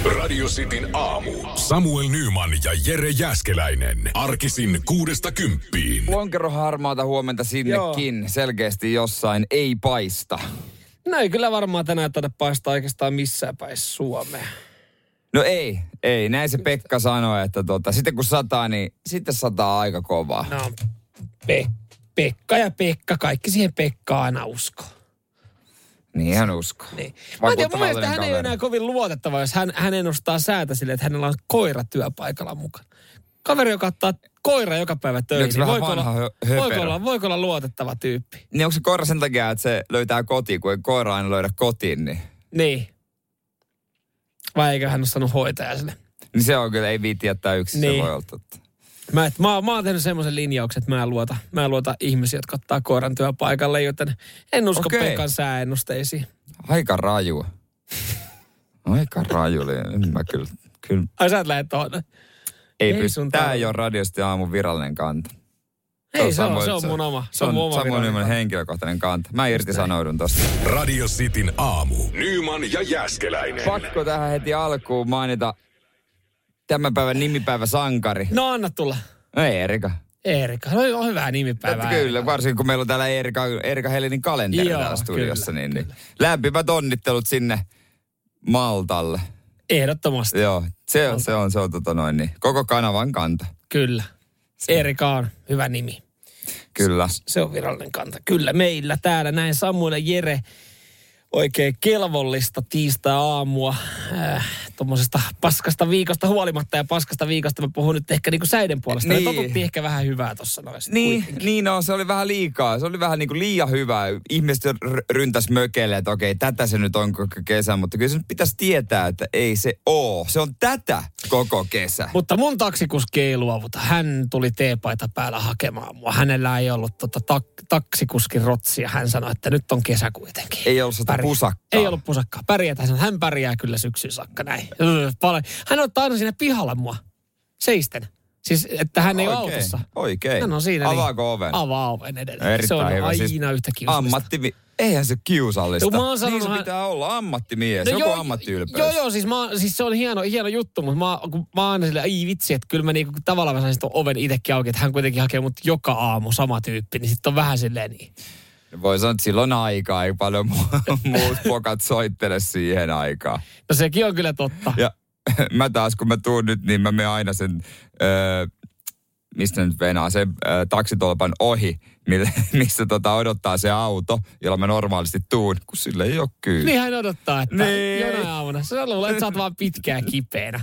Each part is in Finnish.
Radio Cityn aamu. Samuel Nyman ja Jere Jääskeläinen. Arkisin 6–10. Lonkeroharmaata huomenta sinnekin. Joo. Selkeästi jossain ei paista. No ei kyllä varmaan tänään taida paistaa oikeastaan missään päin Suomea. No ei. Näin se Pekka sanoi, että sitten kun sataa, niin sitten sataa aika kovaa. No, Pekka ja Pekka. Kaikki siihen Pekkaan aina uskoo. Niin hän uskoo. Niin. Mä en tiedä, mun mielestä hän ei ole enää kovin luotettava, jos hän ennustaa säätä silleen, että hänellä on koira työpaikalla mukana. Kaveri, joka ottaa koira joka päivä töihin. Voiko olla luotettava tyyppi? Niin onko se koira sen takia, että se löytää kotiin, kun ei koira aina löydä kotiin, niin... Niin. Vai eikö hän ole sanonut hoitaja sille? Niin se on kyllä, ei viitti jättää yksin, niin. Se voi olla totta. Mä oon tehnyt semmoisen linjauksen, että mä en luota ihmisiä, jotka ottaa koiran työpaikalle, joten en usko Pekan sääennusteisiin. Aika raju. En mä kyllä. Ai sä et lähde tohon? Ei pysty. Tää ei ole radiosti aamun virallinen kanta. Ei, se on mun oma. Se on mun oma Samoin henkilökohtainen kanta. Mä irtisanoudun tosta. Radio Cityn aamu. Nyman ja Jääskeläinen. Pakko tähän heti alkuun mainita tämän päivän nimipäivä sankari. No anna tulla. No Eerika. No on hyvä nimipäivä. Kyllä, varsinkin kun meillä on täällä Eerika Helinin kalenteri täällä studiossa. Kyllä. Niin. Lämpimät onnittelut sinne Maltalle. Ehdottomasti. Joo, se on koko kanavan kanta. Kyllä. Eerika on hyvä nimi. Kyllä. Se on virallinen kanta. Kyllä meillä täällä näin Samuel ja Jere oikein kelvollista tiistai-aamua. Tuommoisesta paskasta viikosta huolimatta ja paskasta viikosta mä puhun nyt ehkä niinku säiden puolesta. Niin. Me totuttiin ehkä vähän hyvää tuossa noissa. Niin, se oli vähän liikaa. Se oli vähän niinku liian hyvää. Ihmiset ryntäs mökeille, että okei, tätä se nyt on koko kesä. Mutta kyllä se nyt pitäisi tietää, että ei se oo. Se on tätä koko kesä. Mutta mun taksikuski ei luovuta. Hän tuli teepaita päällä hakemaan mua. Hänellä ei ollut taksikuskin rotsia. Hän sanoi, että nyt on kesä kuitenkin. Ei ollut sitä pusakkaa. Ei ollut pusakkaa. Hän pärjää kyllä syksyn saakka näin. Hän ottaa aina siinä pihalla mua. Seisten. Siis, että hän ei ole autossa. Oikein. Hän on siinä. Avaako niin, oven? Avaa oven edelleen. Erittäin se on hyvä. aina siis yhtä kiusallista. Eihän se kiusallista. Niin se pitää olla ammattimies. Joku ammattiylpeys. Joo, siis se on hieno juttu, mutta mä oon aina silleen, ai vitsi, että kyllä mä niinku tavallaan saisin tuon oven itsekin auki, että hän kuitenkin hakee mut joka aamu sama tyyppi, niin sitten on vähän silleen niin. Voi sanoa, että silloin aikaa, ei paljon muut pokat soittele siihen aikaan. No sekin on kyllä totta. Ja mä taas, kun mä tuun nyt, niin mä menen aina sen, mistä nyt venaa, sen taksitolpan ohi, missä odottaa se auto, jolla mä normaalisti tuun, kun sillä ei ole kyllä. Niin hän odottaa, että jonain aamuna. Sä luulet, että sä oot vaan pitkään kipeänä.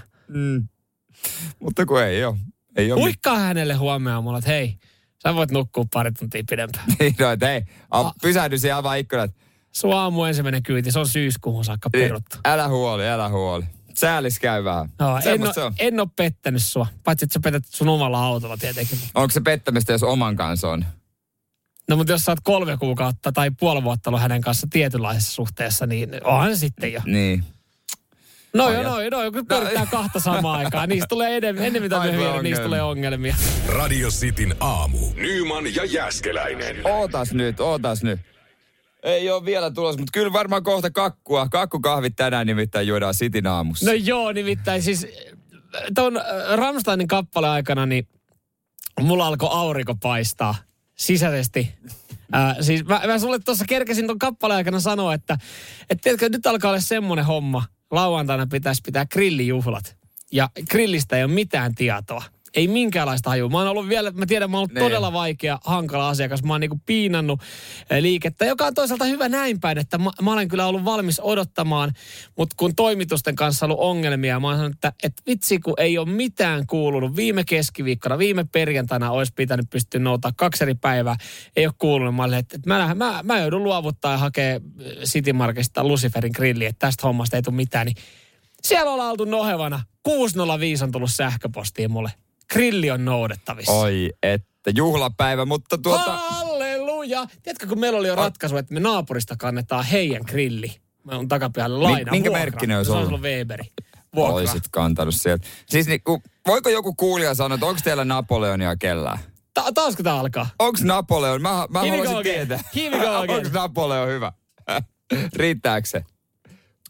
Mutta kun ei ole. Huikkaa hänelle huomenna aamulla, että hei, sä voit nukkua pari tuntia pidempään. Niin, no, että hei, pysähdy siihen avaa ikkunat. Sun aamu ensimmäinen kyyti, se on syyskuuhun saakka peruttu. Älä huoli. Säälis käy vähän. No, en ole pettänyt sua, paitsi että sä petät sun omalla autolla tietenkin. Onko se pettämistä, jos oman kanssa on? No, mutta jos sä oot 3 kuukautta tai puoli vuotta ollut hänen kanssa tietynlaisessa suhteessa, niin onhan se sitten jo. Niin. No, kun pyörittää kahta samaan aikaan. Niistä tulee enemmän mitä myöhemmin, niistä tulee ongelmia. Radio Cityn aamu. Nyman ja Jääskeläinen. Ootas nyt. Ei ole vielä tulossa, mutta kyllä varmaan kohta kakkua. Kakkukahvit tänään nimittäin juodaan Cityn aamussa. No joo, nimittäin siis tuon Rammsteinin kappale aikana, niin mulla alkoi aurinko paistaa sisäisesti. Siis mä sulle tuossa kerkesin tuon kappaleen aikana sanoa, että tiedätkö, nyt alkaa olla semmoinen homma. Lauantaina pitäisi pitää grillijuhlat. Ja grillistä ei ole mitään tietoa. Ei minkäänlaista hajua. Mä oon ollut todella vaikea, hankala asiakas. Mä oon niinku piinannut liikettä, joka on toisaalta hyvä näin päin, että mä olen kyllä ollut valmis odottamaan, mutta kun toimitusten kanssa on ollut ongelmia, mä oon sanonut, että vitsi, kun ei ole mitään kuulunut. Viime keskiviikkona, viime perjantaina olisi pitänyt pystyä noutaa 2 eri päivää. Ei ole kuulunut. Mä olin, että mä joudun luovuttaa ja hakea City Marketista Luciferin grilliä, että tästä hommasta ei tule mitään. Niin siellä ollaan oltu nohevana. 605 on tullut sähköpostiin mulle. Grilli on noudettavissa. Oi, että juhlapäivä, mutta Halleluja! Tiedätkö, kun meillä oli jo ratkaisu, että me naapurista kannetaan heidän grilli. Mä oon takapihalle laina. Minkä merkkinen olisi ollut? Se olisi ollut Weberi. Vuokra. Oisit kantanut sieltä. Siis voiko joku kuulija sanoa, että onko teillä Napoleonia kellään? Taasko tää alkaa? Onko Napoleon? Mä haluaisin tietää. Onko Napoleon hyvä? Riittääkö se?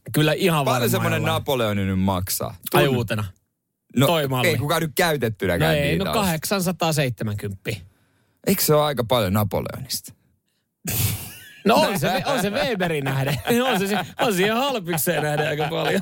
Kyllä ihan varmaan. Paljon semmoinen Napoleoni nyt maksaa? Ai uutena. No, toi malli. ei kukaan nyt käytettynäkään. No ei, 870. Eikö se ole aika paljon Napoleonista? No on se Weberin nähden. On siihen halpikseen nähden aika paljon.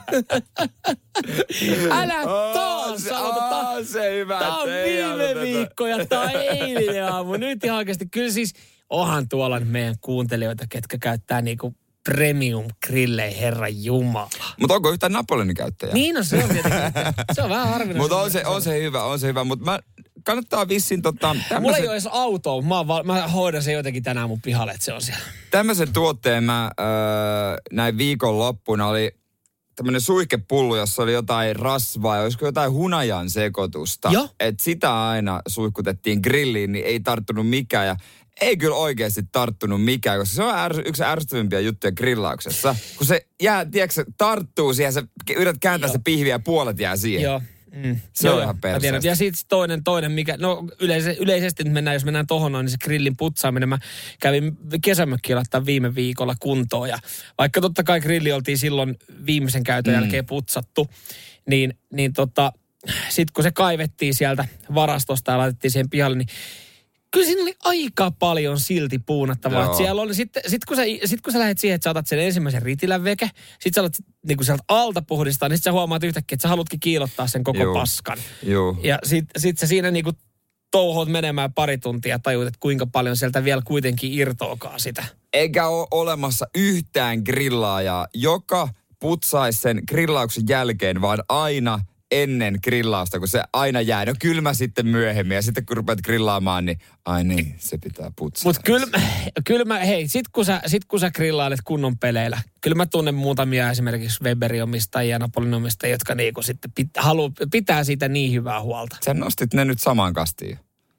Älä taas sanota. Se hyvä. Tää on viime viikko ja tää on eilinen aamu. Nyt ihan oikeasti. Kyllä siis onhan tuolla meidän kuuntelijoita, ketkä käyttää niinku premium-grillejä, herran jumala. Mutta onko yhtään Napoleonin käyttäjää? Niin on, se on tietenkin. Se on vähän harvinaista. Mutta on se hyvä. Mutta kannattaa vissiin Mulla ei ole edes autoa. Mä hoidan se jotenkin tänään mun pihalle, että se on siellä. Tämmöisen tuotteen mä näin viikonloppuna oli tämmöinen suihkepullu, jossa oli jotain rasvaa ja olisiko jotain hunajan sekoitusta. Joo. Että sitä aina suihkutettiin grilliin, niin ei tarttunut mikään ja ei kyllä oikeasti tarttunut mikään, koska se on yksi ärsyttävimpiä juttuja grillauksessa. Kun se jää, tiedätkö, tarttuu siihen, sä yrität kääntää se pihviä ja puolet jää siihen. Joo. Se on ihan perseestä. Ja sitten toinen, mikä, no yleisesti jos mennään tohon noin, niin se grillin putsaaminen. Mä kävin kesämökkiä laittaa viime viikolla kuntoon ja vaikka totta kai grilli oltiin silloin viimeisen käytön jälkeen putsattu, niin sitten kun se kaivettiin sieltä varastosta ja laitettiin siihen pihalle, niin kyllä siinä oli aika paljon silti puunattavaa. Siellä oli sit kun sä lähdet siihen, että sä otat sen ensimmäisen ritilän veke, sit sä alat niinku sieltä alta puhdistaa, niin sit sä huomaat yhtäkkiä, että sä haluatkin kiilottaa sen koko paskan. Joo. Ja sit sä siinä niinku touhoat menemään pari tuntia ja tajuut, että kuinka paljon sieltä vielä kuitenkin irtoakaan sitä. Eikä ole olemassa yhtään grillaajaa, joka putsaisi sen grillauksen jälkeen, vaan aina ennen grillausta, kun se aina jää. No kylmä sitten myöhemmin ja sitten kun rupeat grillaamaan, niin ai niin, se pitää putsaa. Mutta kyllä hei, sit kun sä grillailet kunnon peleillä, kyllä mä tunnen muutamia esimerkiksi Weberin omistajia, Napoleonin omistajia, jotka niinku sitten pitää siitä niin hyvää huolta. Sä nostit ne nyt samaan kastiin.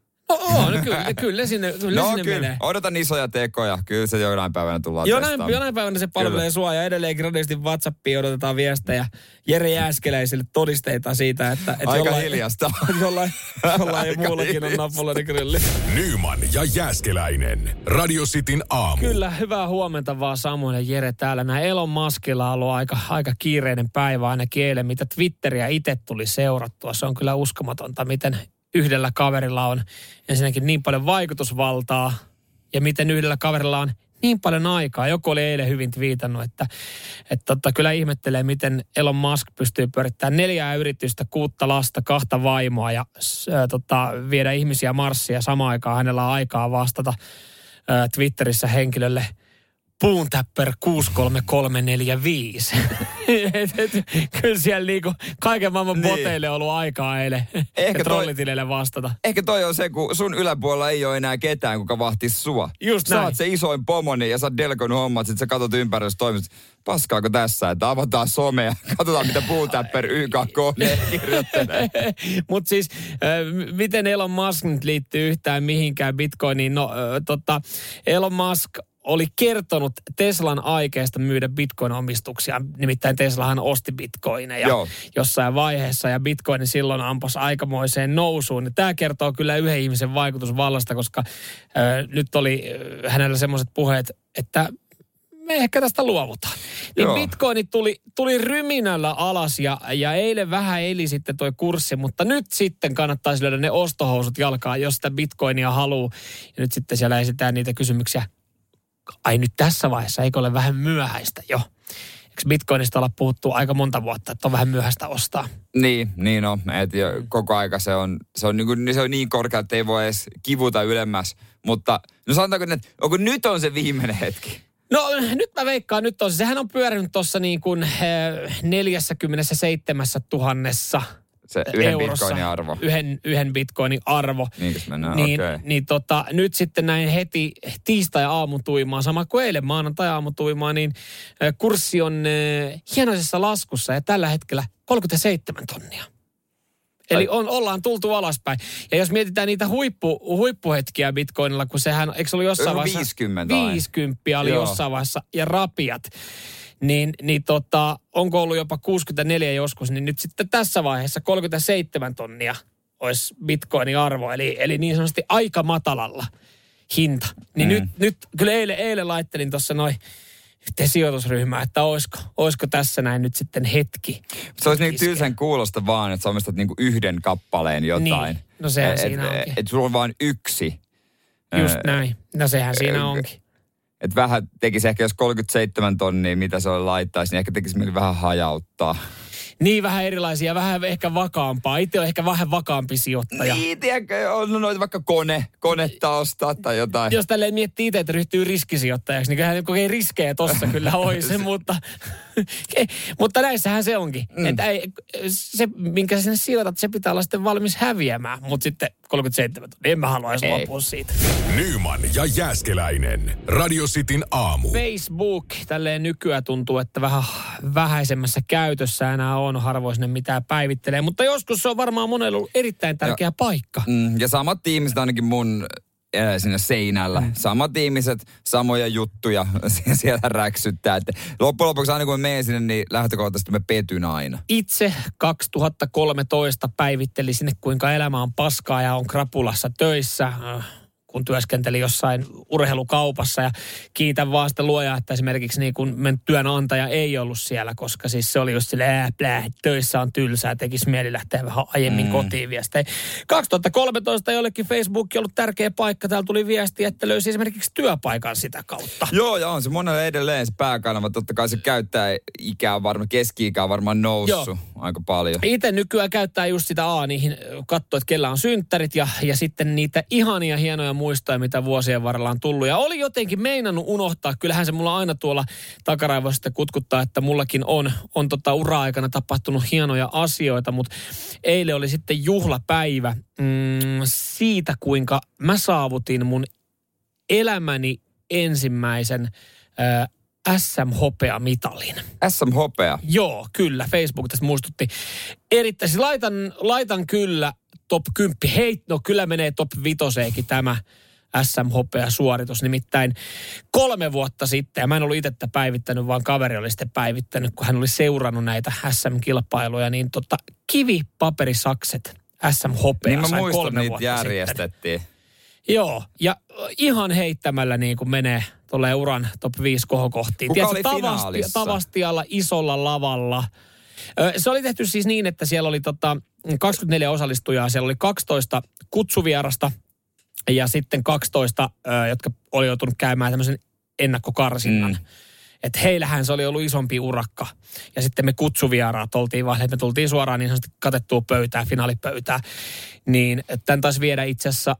Kyllä sinne menee. Odotan isoja tekoja. Kyllä se jonain päivänä tullaan testaamaan. Jonain päivänä se palvelee sua ja edelleen gradistin WhatsAppiin odotetaan viestejä Jere Jääskeläiselle todisteita siitä, että aika hiljasta. Jollain muullakin on Napoleonin grilli. Nyman ja Jääskeläinen. Radio Cityn aamu. Kyllä, hyvää huomenta vaan Samuel ja Jere täällä. Näin Elon Muskilla on ollut aika kiireinen päivä ainakin eilen, mitä Twitteriä itse tuli seurattua. Se on kyllä uskomatonta, miten yhdellä kaverilla on ensinnäkin niin paljon vaikutusvaltaa ja miten yhdellä kaverilla on niin paljon aikaa. Joku oli eilen hyvin twiitannut, että kyllä ihmettelee, miten Elon Musk pystyy pyörittämään 4 yritystä, 6 lasta, 2 vaimoa ja viedä ihmisiä Marsia. Samaan aikaan hänellä on aikaa vastata Twitterissä henkilölle Puuntapper 63345. Kyllä siellä niinku kaiken maailman boteille on ollut aikaa eilen. Ja trollitileille vastata. Ehkä toi on se, kun sun yläpuolella ei ole enää ketään, kuka vahtisi sua. Just näin. Sä oot se isoin pomoni ja sä oot delkonut hommat, sit sä katot ympärillä toimit. Paskaako tässä, että avataan somea, katsotaan mitä Puuntapper YKK kirjoittelee. Mutta siis, miten Elon Musk nyt liittyy yhtään mihinkään Bitcoiniin? No, Elon Musk oli kertonut Teslan aikeesta myydä bitcoin-omistuksia. Nimittäin Teslahan osti bitcoineja jossain vaiheessa ja bitcoin silloin ampasi aikamoiseen nousuun. Tämä kertoo kyllä yhden ihmisen vaikutusvallasta, koska nyt oli hänellä semmoiset puheet, että me ehkä tästä luovutaan. Niin bitcoinit tuli ryminällä alas ja eilen vähän eli sitten toi kurssi, mutta nyt sitten kannattaisi löydä ne ostohousut jalkaan, jos sitä bitcoinia haluaa. Ja nyt sitten siellä esitään niitä kysymyksiä. Ai nyt tässä vaiheessa, eikö ole vähän myöhäistä jo? Eikö bitcoinista olla puhuttu aika monta vuotta, että on vähän myöhäistä ostaa? Niin on. Koko aika se on niin korkea, että ei voi edes kivuta ylemmäs. Mutta no sanotaanko, että onko nyt on se viimeinen hetki? No nyt mä veikkaan, nyt on. Sehän on pyörinyt tuossa niin kuin 47 000 se yhden eurossa, bitcoinin arvo. Yhden bitcoinin arvo. Niinkös mennään? Niin, okei. niin nyt sitten näin heti tiistai-aamutuimaan, sama kuin eilen maanantai-aamutuimaan, niin kurssi on hienoisessa laskussa ja tällä hetkellä 37 tonnia. Eli ollaan tultu alaspäin. Ja jos mietitään niitä huippuhetkiä bitcoinilla, kun sehän, eikö se ollut jossain vaiheessa? 50 oli jossain vaiheessa ja rapiat. Niin onko ollut jopa 64 joskus, niin nyt sitten tässä vaiheessa 37 tonnia olisi bitcoinin arvo. Eli niin sanotusti aika matalalla hinta. Niin nyt kyllä eilen laittelin tuossa noin yhteen sijoitusryhmään, että olisiko tässä näin nyt sitten hetki. Se olisi niin tylsän kuulosta vaan, että sä omistat niinku yhden kappaleen jotain. Niin, no sehän siinä onkin. Että sulla on vain yksi. Just näin, no sehän siinä onkin. Että vähän tekisi ehkä, jos 37 tonnia, mitä se laittaisi, niin ehkä tekisi mieli vähän hajauttaa. Niin, vähän erilaisia, vähän ehkä vakaampaa. Itse on ehkä vähän vakaampi sijoittaja. Niin, tiedätkö, on noita vaikka konetta ostaa tai jotain. Jos tälleen miettii itse, että ryhtyy riskisijoittajaksi, niin kyllähän kokee riskejä tossa kyllä olisi, mutta näissähän se onkin. Että se, minkä sinne sijoitat, se pitää olla sitten valmis häviämään. Mutta sitten 37, en mä haluaisi lopua siitä. Nyman ja Jääskeläinen. Radio Cityn aamu. Facebook tälleen nykyään tuntuu, että vähän vähäisemmässä käytössä enää on. Harvoin sinne mitään päivittelee, mutta joskus se on varmaan monella ollut erittäin tärkeä paikka. Ja samat ihmiset ainakin mun sinne seinällä. Samat ihmiset, samoja juttuja siellä räksyttää. Että loppujen lopuksi aina kun me menen sinne, niin lähtökohtaisesti me petyn aina. Itse 2013 päivitteli sinne, kuinka elämä on paskaa ja on krapulassa töissä, kun työskenteli jossain urheilukaupassa, ja kiitän vaan sitä luojaa, että esimerkiksi niin kun työnantaja ei ollut siellä, koska siis se oli just silleen, töissä on tylsää, tekisi mieli lähteä vähän aiemmin kotiin viestejä. 2013 jollekin Facebook ollut tärkeä paikka, täällä tuli viesti, että löysi esimerkiksi työpaikan sitä kautta. Joo, ja on se monelle edelleen se pääkanava, totta kai se käyttäjä-ikä on varmaan, keski-ikä on varmaan noussut aika paljon. Itse nykyään käyttää just sitä niihin, katsoo, että kellä on synttärit ja sitten niitä ihania hienoja muistoja, mitä vuosien varrella on tullut. Ja oli jotenkin meinannut unohtaa. Kyllähän se mulla aina tuolla takaraivossa sitten kutkuttaa, että mullakin on ura-aikana tapahtunut hienoja asioita, mutta eilen oli sitten juhlapäivä siitä, kuinka mä saavutin mun elämäni ensimmäisen SM-hopea-mitalin. SM-hopea? Joo, kyllä. Facebook tässä muistutti. Erittäin, siis laitan kyllä top 10. Hei, no kyllä menee top 5 tämä SM-hopea-suoritus. Nimittäin 3 vuotta sitten, ja mä en ollut itse päivittänyt, vaan kaveri oli sitten päivittänyt, kun hän oli seurannut näitä SM-kilpailuja, niin kivipaperisakset SM-hopea niin sai 3 vuotta sitten. Niitä järjestettiin. Joo, ja ihan heittämällä niin kuin menee tuolle uran top 5 kohokohtiin. Kuka tiedätkö, oli finaalissa? Tavastialla isolla lavalla. Se oli tehty siis niin, että siellä oli 24 osallistujaa. Siellä oli 12 kutsuvierasta ja sitten 12, jotka oli joutunut käymään tämmöisen ennakkokarsinnan. Että heillähän se oli ollut isompi urakka. Ja sitten me kutsuvieraat oltiin vaan, että me tultiin suoraan niin sanotusti katettua pöytää, finaalipöytää. Niin tämän taisi viedä itse asiassa,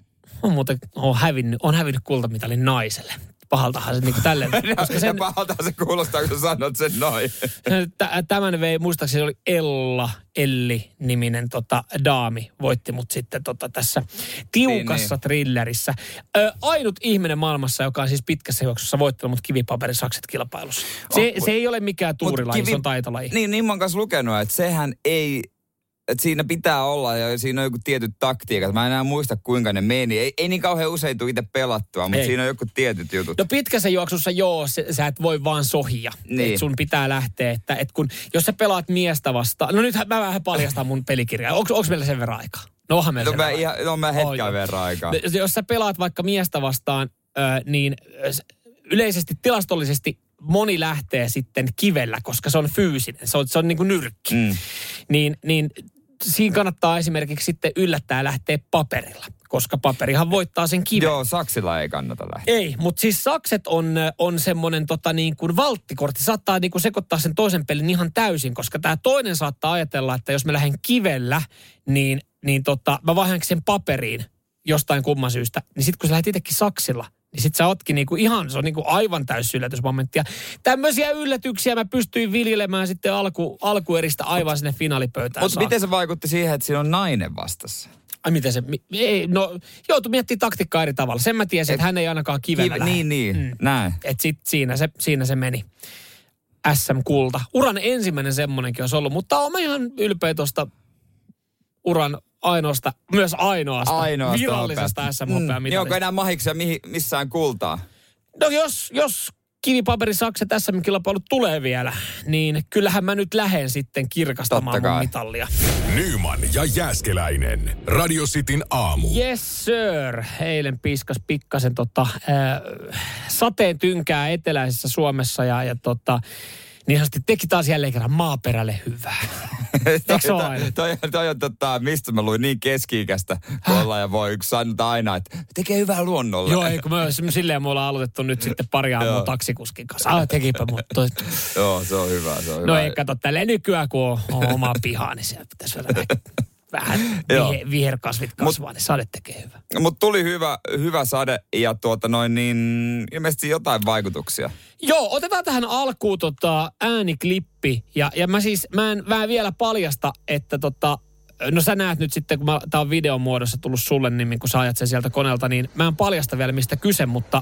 on hävinnyt kultamitalin naiselle. Pahaltahan se niin kuin tälleen. Ja pahaltahan se kuulostaa, kun sanot sen noin. Tämän vei, muistaakseni oli Elli-niminen daami, voitti mut sitten tässä tiukassa thrillerissä. Ainut ihminen maailmassa, joka on siis pitkässä juoksussa voittanut mut kivipaperisakset kilpailussa. Se ei ole mikään tuurilaji, se on taitolaji. Niin mä oon kanssa lukenut, että sehän ei... Että siinä pitää olla ja siinä on joku tietyt taktiikat. Mä en enää muista, kuinka ne meni. Ei niin kauhean usein tule itse pelattua, mutta siinä on joku tietyt jutut. No pitkässä juoksussa sä et voi vaan sohia. Niin. Et sun pitää lähteä, että jos sä pelaat miestä vastaan. No nyt mä vähän paljastan mun pelikirjaa. Onko meillä sen verran aikaa? No onhan meillä sen verran aikaa. No mä hetken verran aikaa. Jos sä pelaat vaikka miestä vastaan, niin yleisesti tilastollisesti moni lähtee sitten kivellä, koska se on fyysinen. Se on niin kuin nyrkki. Niin siinä kannattaa esimerkiksi sitten yllättää lähteä paperilla, koska paperihan voittaa sen kiven. Joo, saksilla ei kannata lähteä. Ei, mutta siis sakset on semmoinen niin kuin valttikortti. Saattaa niin kuin sekoittaa sen toisen pelin ihan täysin, koska tämä toinen saattaa ajatella, että jos mä lähden kivellä, niin mä vaihdankin sen paperiin jostain kumman syystä. Niin sitten kun sä lähdet itsekin saksilla, niin sit sä ootkin niinku ihan, se on niinku aivan täys yllätysmomentti. Ja tämmöisiä yllätyksiä mä pystyin viljelemään sitten alkueristä aivan sinne finaalipöytään. Mutta miten se vaikutti siihen, että siinä on nainen vastassa? Ai miten se, joutui miettimään taktiikkaa eri tavalla. Sen mä tiesin, että hän ei ainakaan kivellä lähde. Näin. Että siinä se meni. SM-kulta. Uran ensimmäinen semmonenkin olisi ollut, mutta oon mä ihan ylpeä tuosta uran ainoasta virallisesta SM-hopeamitalista. Niin onko enää mahiksia missään kultaa? No jos kivipaperi, sakset SM-kilpailut tulee vielä, niin kyllähän mä nyt lähden sitten kirkastamaan mun mitallia. Nyman ja Jääskeläinen. Radio Cityn aamu. Yes sir. Eilen piskas pikkasen sateen tynkää eteläisessä Suomessa ja niin sanotusti teki taas jälleen kerran maaperälle hyvää. Toi on mistä mä luin niin keski-ikäistä olla ja voi yksi sanoa aina, että tekee hyvää luonnolle. Joo, kun silleen me ollaan aloitettu nyt sitten pari aamua taksikuskin kanssa. Tekipä mutta Joo, se on hyvä. No ei kato, tälleen nykyään kun on oma piha, niin siellä pitäisi vähän viherkasvit kasvaa, niin sade tekee hyvää. Mutta tuli hyvä sade ja ilmeisesti jotain vaikutuksia. Joo, otetaan tähän alkuun ääniklippi. Ja mä en vielä paljasta, että no sä näet nyt sitten, kun tää on videon muodossa tullut sulle, niin kun sä ajat sen sieltä koneelta, niin mä en paljasta vielä mistä kyse, mutta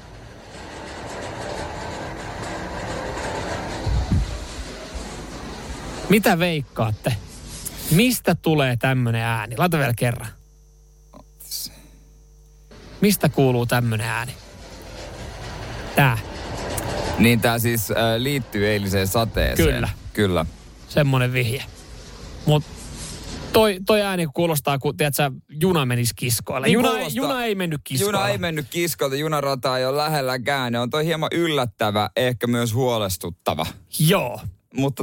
mitä veikkaatte? Mistä tulee tämmönen ääni? Laita vielä kerran. Mistä kuuluu tämmönen ääni? Tää. Niin tää siis liittyy eiliseen sateeseen. Kyllä. Semmonen vihje. Mut toi ääni kuulostaa, kun tiedätkö, juna menisi kiskoille. Niin juna ei mennyt kiskoille. Juna ei mennyt kiskoilta, junarata ei ole lähelläkään. On toi hieman yllättävä, ehkä myös huolestuttava. Joo. Mutta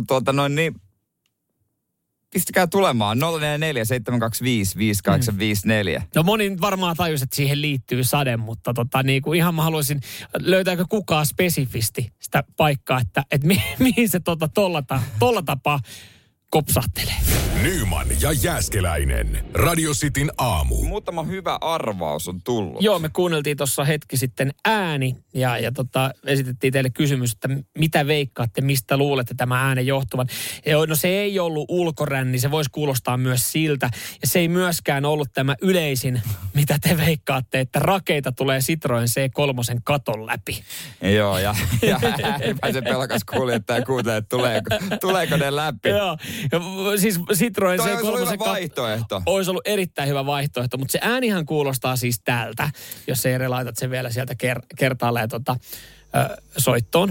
pistäkää tulemaan 044 725 5854. No moni varmaan tajus, että siihen liittyy sade, mutta ihan mä haluaisin, löytääkö kukaan spesifisti sitä paikkaa, että mihin se tolla tapaa kopsahtelee. Nyman ja Jääskeläinen. Radio Cityn aamu. Muutama hyvä arvaus on tullut. Joo, me kuunneltiin tuossa hetki sitten ääni ja esitettiin teille kysymys, että mitä veikkaatte, mistä luulette tämä äänen johtuvan. No se ei ollut ulkoränni, se voisi kuulostaa myös siltä. Ja se ei myöskään ollut tämä yleisin, mitä te veikkaatte, että rakeita tulee Citroen C3 katon läpi. Joo, ja se pelkas kuljettaja kuulee, että tuleeko ne läpi. Joo, siis Citroen toi C3 olisi ollut hyvä vaihtoehto. Olisi ollut erittäin hyvä vaihtoehto, mutta se äänihan kuulostaa siis tältä, jos Eere laitat sen vielä sieltä kertaalleen soittoon.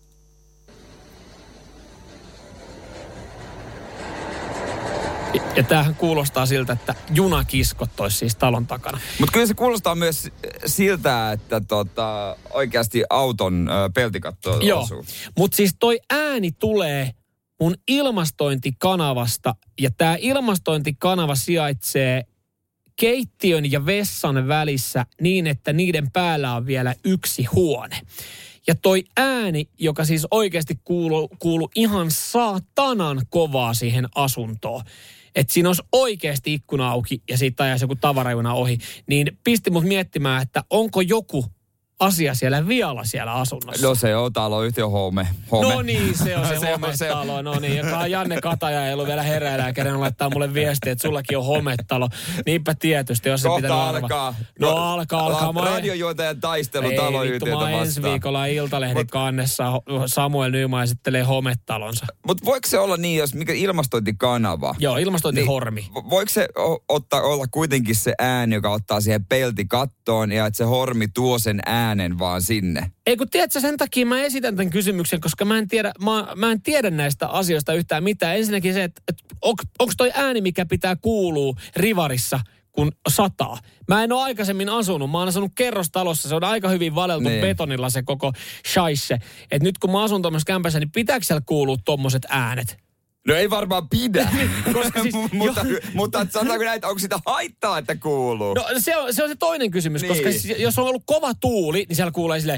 Ja tämähän kuulostaa siltä, että junakiskot olisi siis talon takana. Mutta kyllä se kuulostaa myös siltä, että oikeasti auton peltikatto osuu. Joo, mutta siis toi ääni tulee mun ilmastointikanavasta, ja tämä ilmastointikanava sijaitsee keittiön ja vessan välissä niin, että niiden päällä on vielä yksi huone. Ja toi ääni, joka siis oikeasti kuuluu ihan saatanan kovaa siihen asuntoon, että siinä olisi oikeasti ikkuna auki ja siitä ajaisi joku tavarajuna ohi, niin pisti mut miettimään, että onko joku asia siellä vialla siellä asunnossa. No se on taloyhtiö home. No niin, se on se hometalo. No niin, joka Janne Kataja ei ollut vielä heräillä, kenen laittaa mulle viestiä, että sullakin on hometalo. Niinpä tietysti, jos se pitää alkaa. No alkaa. Radiojuontajan taistelu taloyhtiötä vastaan. Ensi viikolla Iltalehden kannessa Samuel Nyman esittelee hometalonsa. Mutta voiko se olla niin, jos mikä ilmastointikanava? Joo, ilmastointihormi. Niin, voiko se olla kuitenkin se ääni, joka ottaa siihen peltikattoon ja että se hormi tuo sen äänen vaan sinne? Ei kun tiedätkö, sen takia mä esitän tämän kysymyksen, koska mä en tiedä näistä asioista yhtään mitään. Ensinnäkin se, että onko toi ääni, mikä pitää kuulua rivarissa, kun sataa. Mä en ole aikaisemmin asunut. Mä oon asunut kerrostalossa. Se on aika hyvin valeltu betonilla se koko shaisse. Että nyt kun mä asun tuommoisessa kämpässä, niin pitääkö siellä kuulua tommoset äänet? No ei varmaan pidä. Koska siis, mutta sanotaanko näin, onko sitä haittaa, että kuuluu? No se on se toinen kysymys, niin. Koska siis, jos on ollut kova tuuli, niin siellä kuulee silleen,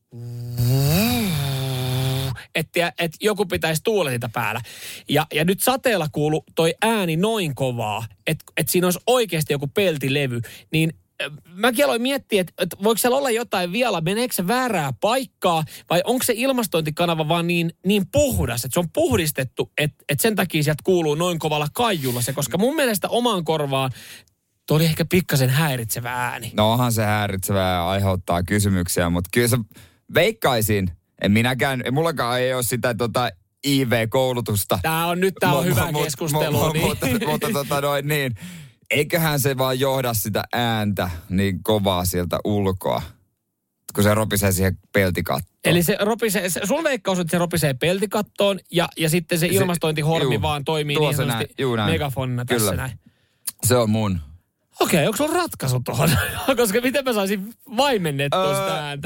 että joku pitäisi tuuletita päällä. Ja nyt sateella kuuluu toi ääni noin kovaa, että siinä olisi oikeasti joku peltilevy, niin mäkin aloin miettiä, että voiko siellä olla jotain vielä, meneekö se väärää paikkaa, vai onko se ilmastointikanava vaan niin puhdas, että se on puhdistettu, että sen takia sieltä kuuluu noin kovalla kaijulla se, koska mun mielestä omaan korvaan tuo oli ehkä pikkasen häiritsevä ääni. No onhan se häiritsevää ja aiheuttaa kysymyksiä, mutta kyllä se veikkaisin, mullakaan ei ole sitä IV-koulutusta. Tää on hyvä keskustelu. Niin. Eiköhän se vaan johda sitä ääntä niin kovaa sieltä ulkoa. kun se ropisee siihen peltikattoon. Eli se ropisee, sun veikkaus, että se ropisee peltikattoon ja sitten se ilmastointihormi vaan toimii niin sanotusti megafonina tässä kyllä. Näin. Se on mun. Okei, onko sulla ratkaisu tuohon? Koska miten mä saisin vaimennettua sitä ääntä?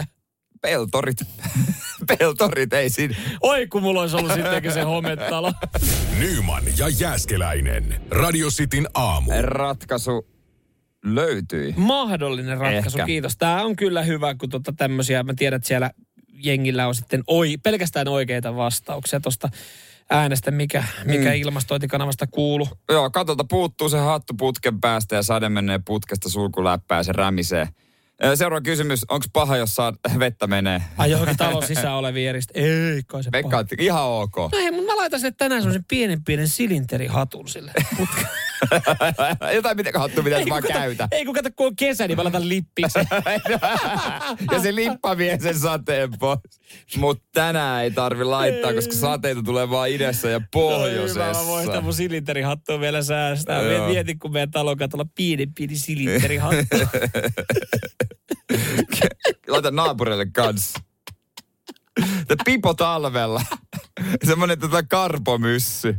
Peltorit ei siinä. Oi, kun mulla olisi ollut sittenkin se hometalo. Nyman ja Jääskeläinen. Radio Cityn aamu. Ratkaisu löytyi. Mahdollinen ratkaisu, ehkä. Kiitos. Tää on kyllä hyvä, kun tämmöisiä, mä tiedän, että siellä jengillä on sitten pelkästään oikeita vastauksia tuosta äänestä, mikä ilmastointikanavasta kuuluu. Joo, katolta puuttuu se hattu putken päästä ja sade menee putkesta sulkuläppää ja se rämisee. Seuraava kysymys, onko paha, jos vettä menee? Ai johonkin talon sisään oleviin eristä. Ei kai se paha. Ihan ok. No hei, mutta mä laitan sille tänään semmoisen pienen silinterihatun sille putkeen. Jotain hattu, mitä vaan käytä. Ei kun kato, kun on kesä, niin mä laitan lippiksen. Ja se lippa vie sen sateen pois. Mutta tänään ei tarvi laittaa, koska sateita tulee vaan idässä ja pohjoisessa. No hyvä, mä voin sitä mun silinterihattua vielä säästää. Mietin, kun meidän talon katolla pieni silinterihattu. Laita naapurille kanssa. Pipo talvella. Semmoinen karpomyssy.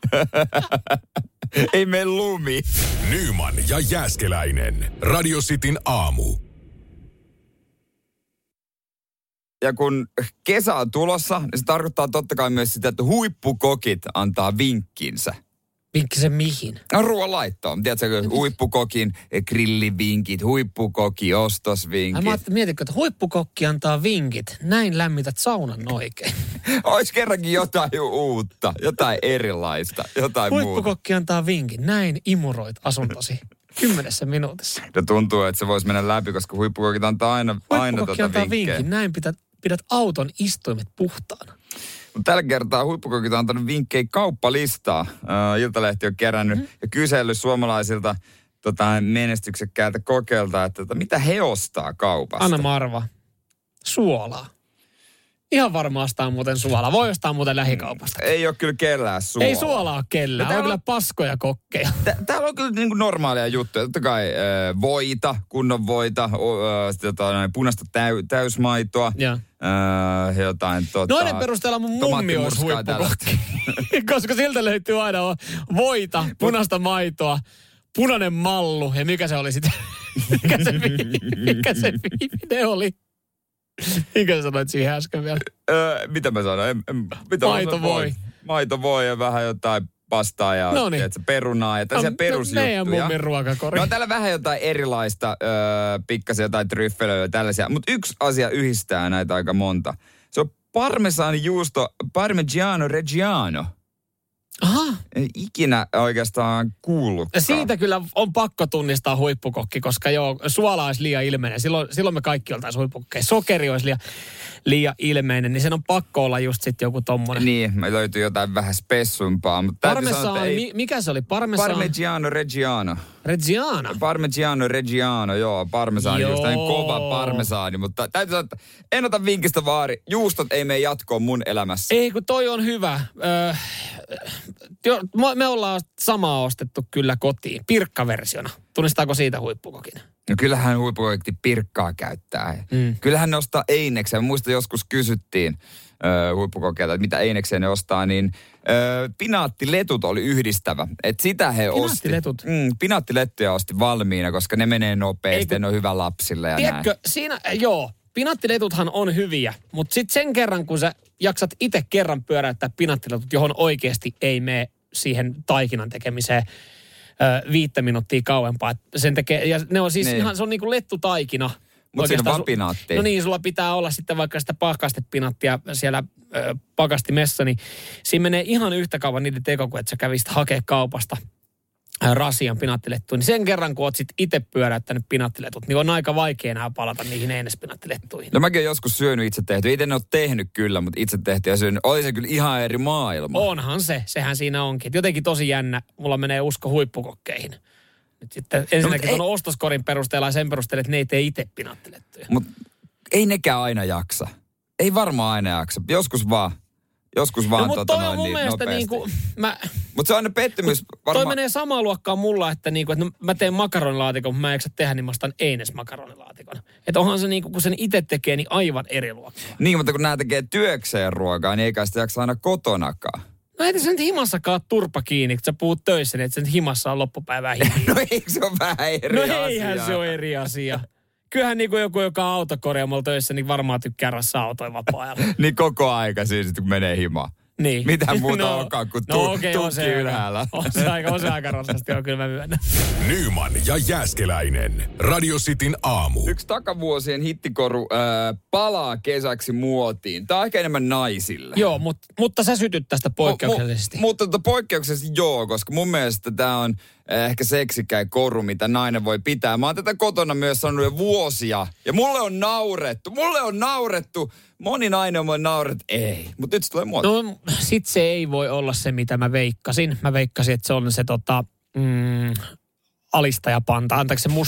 Ei mene lumi. Nyman ja Jääskeläinen. Radio Cityn aamu. Ja kun kesä on tulossa, niin se tarkoittaa totta kai myös sitä, että huippukokit antaa vinkkinsä. Vinkkisen mihin? No ruoan laittoon. Tiedätkö, huippukokin grillivinkit, huippukoki ostosvinkit. Mä mietitkö, että huippukokki antaa vinkit. Näin lämmität saunan oikein. Olisi kerrankin jotain uutta, jotain erilaista, jotain muuta. Huippukokki antaa vinkin. Näin imuroit asuntosi 10 minuutissa. Ja tuntuu, että se voisi mennä läpi, koska huippukokit antaa aina huippukokki antaa vinkkejä. Vinkin. Näin pidät auton istuimet puhtaana. Tällä kertaa huippukokit on antanut vinkkejä kauppalistaa. Iltalehti on kerännyt ja kysellyt suomalaisilta menestyksekkäältä kokeilta, että mitä he ostaa kaupasta. Anna mä arva. Suolaa. Ihan varmaan ostaa muuten suolaa. Voi ostaa muuten lähikaupasta. Ei ole kyllä kellään suolaa. Ei suolaa ole kellään. On kyllä paskoja kokkeja. Täällä on kyllä niin kuin normaalia juttuja. Totta kai voita, kunnon voita, punaista täysmaitoa. Jotain Noiden perusteella mun mummi olisi huippukokki. Koska siltä löytyy aina voita, punaista maitoa, punainen mallu. Ja mikä se oli sitten? Mikä se viimeinen oli? Minkä sanoit siihen äsken vielä? Mitä mä sanoin? Maito voi ja vähän jotain pastaa ja perunaa ja tällaisia perusjuttuja. Meidän mummin ruokakori. No täällä vähän jotain erilaista, pikkasen jotain tryffelöä ja tällaisia. Mutta yksi asia yhdistää näitä aika monta. Se on parmesaanijuusto Parmigiano Reggiano. Aha. Ei ikinä oikeastaan kuullutkaan. Siitä kyllä on pakko tunnistaa huippukokki, koska suola olisi liian ilmeinen. Silloin me kaikki oltaisiin huippukokkeja. Sokeri olisi liian ilmeinen, niin sen on pakko olla just sitten joku tommonen. Niin, me löytyy jotain vähän spessumpaa. Mikä se oli? Parmigiano Reggiano. Parmigiano Reggiano, joo. Parmesaani, just näin kova parmesaani. Mutta täytyy sanoa, että en ota vinkistä vaari. Juustot ei mene jatkoon mun elämässä. Ei, kun toi on hyvä. Me ollaan samaa ostettu kyllä kotiin. Pirkkaversiona. Tunnistaako siitä huippukokin? No kyllähän huippukokki pirkkaa käyttää. Kyllähän ne ostaa einekseen. Muista joskus kysyttiin huippukokeilta, että mitä einekseen ne ostaa, niin pinaattiletut oli yhdistävä. Että sitä he osti. Pinaattiletut? Pinaattilettuja osti valmiina, koska ne menee nopeasti ja ne on hyvä lapsille ja tiedätkö, näin. Siinä, pinaattiletuthan on hyviä, mutta sitten sen kerran, kun sä jaksat itse kerran pyöräyttää pinaattiletut, johon oikeasti ei mene siihen taikinan tekemiseen 5 minuuttia kauempaa. Sen tekee, ja ne on siis ihan, se on niin kuin lettutaikina. Mutta siinä on vaan pinaattia. No niin, sulla pitää olla sitten vaikka sitä pakastepinaattia siellä pakastimessa, niin siinä menee ihan yhtä kauan niiden teko, kun että sä kävisit hakea kaupasta rasian pinaattilettuun. Niin sen kerran, kun oot sit itse pyöräyttänyt pinaattiletut, niin on aika vaikea enää palata niihin einespinaattilettuihin. No mäkin olen joskus syönyt itse tehty. Itse en ole tehnyt kyllä, mutta itse tehty ja syönyt. Oli se kyllä ihan eri maailma. Onhan se. Sehän siinä onkin. Jotenkin tosi jännä. Mulla menee usko huippukokkeihin. Nyt sitten ensinnäkin tuon ostoskorin perusteella ja sen perusteella, että ne ei tee itse pinaattilettuja. Mutta ei nekään aina jaksa. Ei varmaan aina jaksa. Joskus vaan. Joskus vaan mutta toi on mun niin mielestä nopeasti. niinku, Mutta se on aina pettymys toi menee samaan luokkaan mulla, että niinku, että mä teen makaronilaatikon, mutta mä en eksä tehdä, niin mä ostan Eines-makaronilaatikon. Että onhan se niinku, kun sen itse tekee, niin aivan eri luokkaa. Niin, mutta kun nämä tekee työkseen ruokaa, niin eikä sitä jaksa aina kotonakaan. No ei se nyt himassakaan turpa kiinni, kun sä puhut töissä, niin että se nyt himassa on loppupäivää hihiä. No eikö se ole vähän eri asia? No eihän se ole eri asia. Kyllähän niin kuin joku, joka on autokorjaamalla töissä, niin varmaan tykkää rassaa autoja vapaa-ajalla. Niin koko aika siis, kun menee himaan. Niin. Mitä muuta onkaan kuin tukki ylhäällä. On se aika raskasti, joo, kyllä mä myönnän. Nyman ja Jääskeläinen. Radio Cityn aamu. Yksi takavuosien hittikoru palaa kesäksi muotiin. Tää on ehkä enemmän naisille. Joo, mutta sä sytyt tästä poikkeuksellisesti. Mutta poikkeuksellisesti joo, koska mun mielestä tää on ehkä seksikäin koru, mitä nainen voi pitää. Mä oon tätä kotona myös sanonut jo vuosia. Ja mulle on naurettu. Moni nainen on mulle naurettu. Ei, mutta nyt se tulee muotiin. No sit se ei voi olla se, mitä mä veikkasin. Mä veikkasin, että se on se alistajapanta, antaako se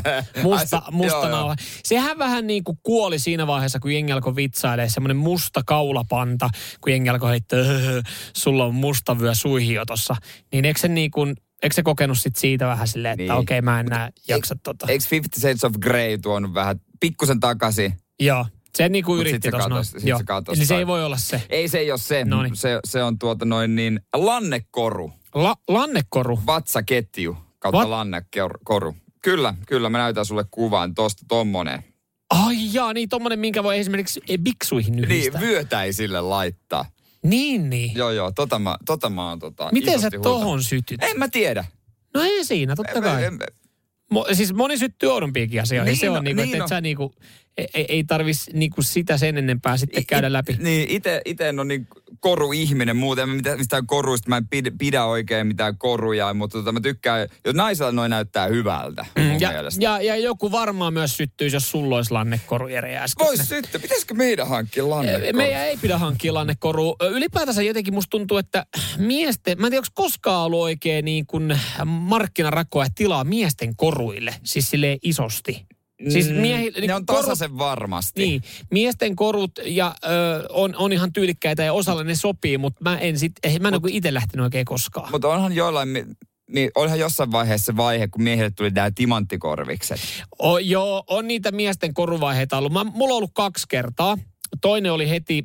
musta nauha. Sehän vähän niin kuin kuoli siinä vaiheessa, kun jengi alkoi vitsailee, semmoinen musta kaulapanta, kun jengi alkoi heittää, sulla on musta vyö suihiotossa. Niin eikö se kokenut sit siitä vähän silleen, että niin. okei, mä en jaksa tota. Eikö 50 Shades of Grey tuonut vähän pikkusen takaisin? Joo. Se niinku yritti tuossa. Eli se ei voi olla se. Ei se ei ole se. Noniin. Se on lannekoru. Lannekoru? Vatsaketju kautta lannekoru. Kyllä, mä näytän sulle kuvan tosta tommonen. Ai jaa, niin tommonen, minkä voi esimerkiksi biksuihin yhdistää. Niin, vyötäisille laittaa. Niin. Joo, tota mä oon miten sä tohon sytyt? En mä tiedä. No ei siinä, totta kai. Siis moni syttyy oudompiinkin asioihin. Se on että sä ei tarvitsisi sitä sen ennempää sitten käydä läpi. Niin, ite en ole niin koruihminen muuten. Mistään koruista mä en pidä oikein mitään koruja, mutta mä tykkään, jos naisella noin näyttää hyvältä mun mielestä. Ja joku varmaan myös syttyisi, jos sulla olisi lannekoru, Jere äsken. Vois syttyä. Pitäisikö meidän hankkia lannekoru? Meidän ei pidä hankkia lannekoru. Ylipäätänsä jotenkin musta tuntuu, että miesten, mä en tiedä, onko koskaan ollut oikein niin kuin markkinarakoa ja tilaa miesten koruille, siis silleen isosti. Siis ne on tasaisen varmasti. Niin, miesten korut on ihan tyylikkäitä ja osalle ne sopii, mutta mä en ole itse lähtenyt oikein koskaan. Mutta onhan olihan jossain vaiheessa se vaihe, kun miehille tuli nämä timanttikorvikset. Joo, on niitä miesten koruvaiheita ollut. Mulla on ollut 2 kertaa. Toinen oli heti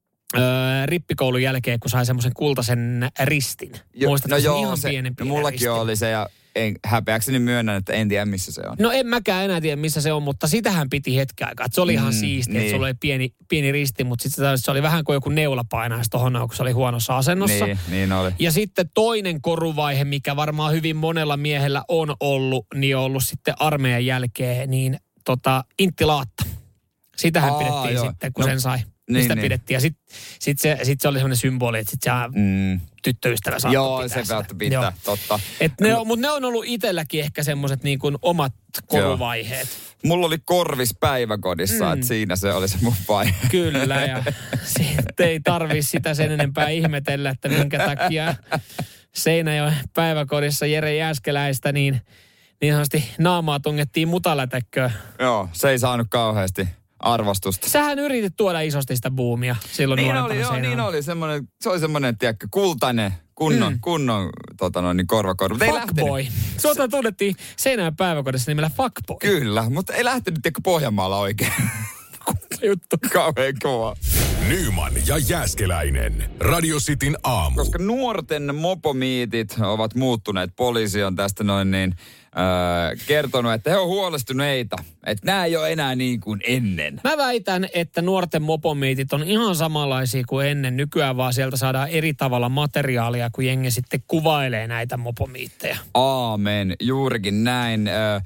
rippikoulun jälkeen, kun sai semmoisen kultaisen ristin. Muistatko ihan pienen mullakin ristin? oli se ja häpeäkseni myönnän, että en tiedä missä se on. No en mäkään enää tiedä missä se on, mutta sitähän piti hetken aikaa. Se oli ihan siistiä, että sulla oli pieni risti, mutta sitten se oli vähän kuin joku neula painaisi tohon, kun se oli huonossa asennossa. Niin oli. Ja sitten toinen koruvaihe, mikä varmaan hyvin monella miehellä on ollut, niin on ollut sitten armeijan jälkeen, niin inttilaatta. Sitähän pidettiin sitten, kun sen sai. Mistä pidettiin. Ja sitten se oli semmoinen symboli, että sitten se tyttöystävä saattoi pitää. Joo, se saattoi pitää, totta. Mutta ne on ollut itselläkin ehkä semmoiset niin kuin omat koruvaiheet. Mulla oli korvis päiväkodissa, että siinä se oli se mun vaihe. Kyllä, ja sitten ei tarvitse sitä sen enempää ihmetellä, että minkä takia Seinäjoen päiväkodissa Jere Jääskeläistä niin sanotusti naamaa tungettiin mutalätäkköön. Joo, se ei saanut kauheasti arvostusta. Sähän yritit tuoda isosti sitä buumia silloin nuorempana. Niin oli. Se oli semmoinen, tiedätkö, kultainen, kunnon korvakoru. Fuckboy. Suota tunnettiin Seinäjoen päiväkodissa nimellä Fuckboy. Kyllä, mutta ei lähtenyt, tiedätkö, Pohjanmaalla oikein. Juttu. Kauhean kova. Nyman ja Jääskeläinen. Radio Cityn aamu. Koska nuorten mopomiitit ovat muuttuneet, poliisi on tästä kertonut, että he on huolestuneita. Että nämä ei ole enää niin kuin ennen. Mä väitän, että nuorten mopomiitit on ihan samanlaisia kuin ennen. Nykyään vaan sieltä saadaan eri tavalla materiaalia, kun jengi sitten kuvailee näitä mopomiittejä. Aamen, juurikin näin.